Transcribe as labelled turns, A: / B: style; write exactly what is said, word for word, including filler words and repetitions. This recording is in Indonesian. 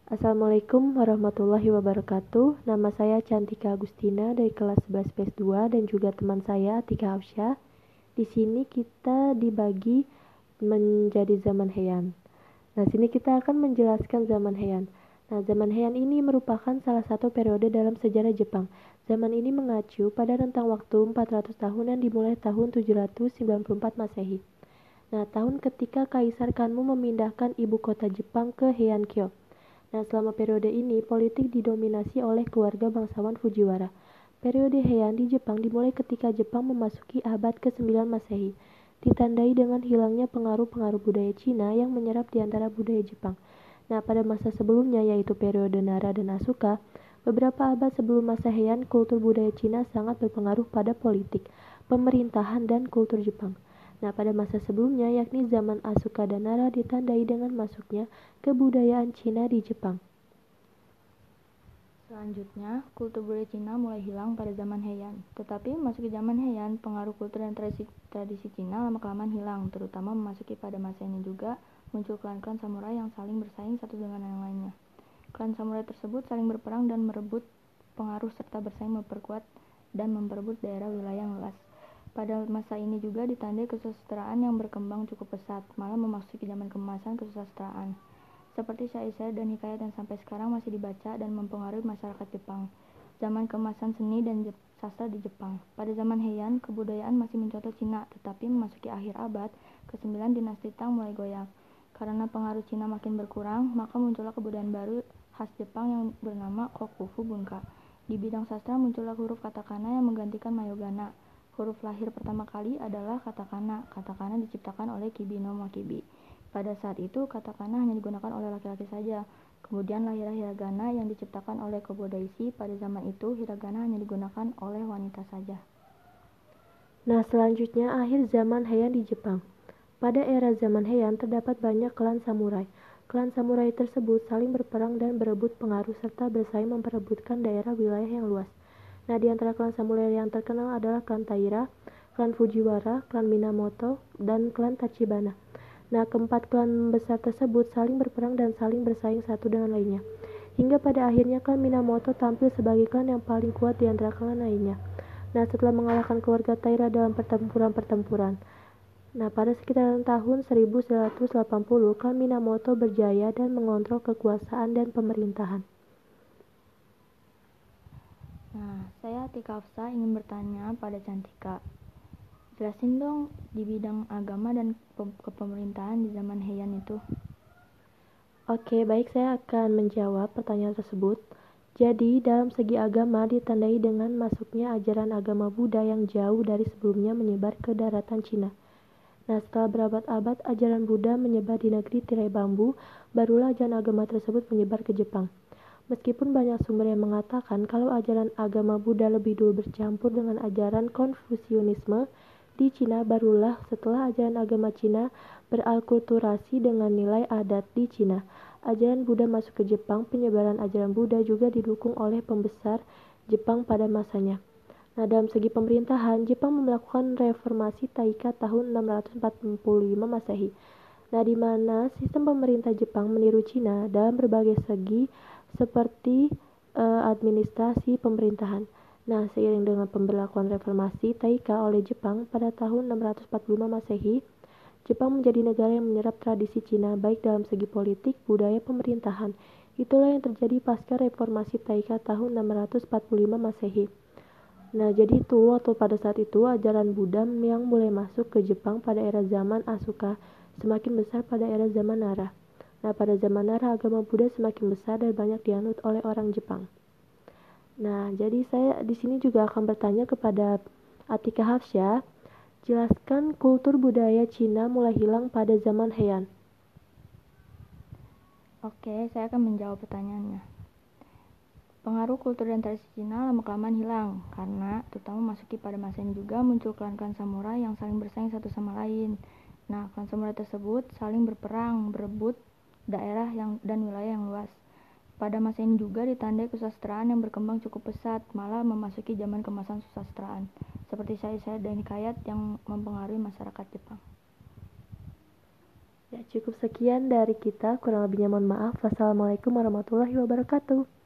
A: Assalamualaikum warahmatullahi wabarakatuh. Nama saya Cantika Agustina dari kelas sebelas P S dua dan juga teman saya Atika Hafsyah. Di sini kita dibagi menjadi zaman Heian. Nah, sini kita akan menjelaskan zaman Heian. Nah, zaman Heian ini merupakan salah satu periode dalam sejarah Jepang. Zaman ini mengacu pada rentang waktu empat ratus tahun yang dimulai tahun tujuh ratus sembilan puluh empat Masehi. Nah, tahun ketika Kaisar Kanmu memindahkan ibu kota Jepang ke Heian-kyo. Nah, selama periode ini, politik didominasi oleh keluarga bangsawan Fujiwara. Periode Heian di Jepang dimulai ketika Jepang memasuki abad kesembilan Masehi, ditandai dengan hilangnya pengaruh-pengaruh budaya Cina yang menyerap di antara budaya Jepang. Nah, pada masa sebelumnya, yaitu periode Nara dan Asuka, beberapa abad sebelum masa Heian, kultur budaya Cina sangat berpengaruh pada politik, pemerintahan, dan kultur Jepang. Nah, pada masa sebelumnya, yakni zaman Asuka dan Nara, ditandai dengan masuknya kebudayaan Cina di Jepang.
B: Selanjutnya, kultur budaya Cina mulai hilang pada zaman Heian. Tetapi memasuki zaman Heian, pengaruh kultur dan tradisi, tradisi Cina lama-kelamaan hilang, terutama memasuki pada masa ini juga muncul klan-klan samurai yang saling bersaing satu dengan yang lainnya. Klan samurai tersebut saling berperang dan merebut pengaruh serta bersaing memperkuat dan memperebut daerah wilayah yang luas. Pada masa ini juga ditandai kesusastraan yang berkembang cukup pesat, malah memasuki zaman keemasan kesusastraan. Seperti syair-syair dan hikayat yang sampai sekarang masih dibaca dan mempengaruhi masyarakat Jepang. Zaman keemasan seni dan sastra di Jepang. Pada zaman Heian, kebudayaan masih mencontoh Cina, tetapi memasuki akhir abad kesembilan dinasti Tang mulai goyah. Karena pengaruh Cina makin berkurang, maka muncullah kebudayaan baru khas Jepang yang bernama Kokufu Bunka. Di bidang sastra muncullah huruf katakana yang menggantikan mayogana. Huruf lahir pertama kali adalah katakana. Katakana diciptakan oleh Kibi no Makibi. Pada saat itu, katakana hanya digunakan oleh laki-laki saja. Kemudian lahirlah hiragana yang diciptakan oleh Kobodaishi. Pada zaman itu, hiragana hanya digunakan oleh wanita saja.
A: Nah, selanjutnya akhir zaman Heian di Jepang. Pada era zaman Heian terdapat banyak klan samurai. Klan samurai tersebut saling berperang dan berebut pengaruh serta bersaing memperebutkan daerah wilayah yang luas. Nah, di antara klan samurai yang terkenal adalah klan Taira, klan Fujiwara, klan Minamoto, dan klan Tachibana. Nah, keempat klan besar tersebut saling berperang dan saling bersaing satu dengan lainnya. Hingga pada akhirnya klan Minamoto tampil sebagai klan yang paling kuat di antara klan lainnya. Nah, setelah mengalahkan keluarga Taira dalam pertempuran-pertempuran. Nah, pada sekitaran tahun seribu sembilan ratus delapan puluh, klan Minamoto berjaya dan mengontrol kekuasaan dan pemerintahan.
B: Nah, saya Atika Hafsyah ingin bertanya pada Cantika. Jelasin dong di bidang agama dan kepemerintahan di zaman Heian itu.
A: Oke, baik, saya akan menjawab pertanyaan tersebut. Jadi, dalam segi agama ditandai dengan masuknya ajaran agama Buddha yang jauh dari sebelumnya menyebar ke daratan Cina. Nah, setelah berabad-abad ajaran Buddha menyebar di negeri tirai bambu, barulah ajaran agama tersebut menyebar ke Jepang. Meskipun banyak sumber yang mengatakan kalau ajaran agama Buddha lebih dulu bercampur dengan ajaran Konfusianisme di Cina, barulah setelah ajaran agama Cina beralkulturasi dengan nilai adat di Cina, ajaran Buddha masuk ke Jepang. Penyebaran ajaran Buddha juga didukung oleh pembesar Jepang pada masanya. Nah, dalam segi pemerintahan, Jepang melakukan reformasi Taika tahun enam ratus empat puluh lima Masehi. Nah, di mana sistem pemerintah Jepang meniru Cina dalam berbagai segi seperti uh, administrasi pemerintahan. Nah, seiring dengan pemberlakuan reformasi Taika oleh Jepang pada tahun enam ratus empat puluh lima Masehi, Jepang menjadi negara yang menyerap tradisi Cina baik dalam segi politik, budaya, pemerintahan. Itulah yang terjadi pasca reformasi Taika tahun enam ratus empat puluh lima Masehi. Nah, jadi itu waktu pada saat itu ajaran Buddha yang mulai masuk ke Jepang pada era zaman Asuka semakin besar pada era zaman Nara. Nah, pada zaman Nara agama Buddha semakin besar dan banyak dianut oleh orang Jepang. Nah, jadi saya di sini juga akan bertanya kepada Atika Hafsyah, jelaskan kultur budaya Cina mulai hilang pada zaman Heian.
B: Oke, saya akan menjawab pertanyaannya. Pengaruh kultur dan tradisi Cina lama-kelamaan hilang, karena terutama memasuki pada masa ini juga muncul klan-klan samurai yang saling bersaing satu sama lain. Nah, klan samurai tersebut saling berperang, berebut daerah yang dan wilayah yang luas. Pada masa ini juga ditandai kesusastraan yang berkembang cukup pesat, malah memasuki zaman kemasan susastraan, seperti syair-syair dan hikayat yang mempengaruhi masyarakat Jepang.
A: Ya, cukup sekian dari kita. Kurang lebihnya mohon maaf. Wassalamualaikum warahmatullahi wabarakatuh.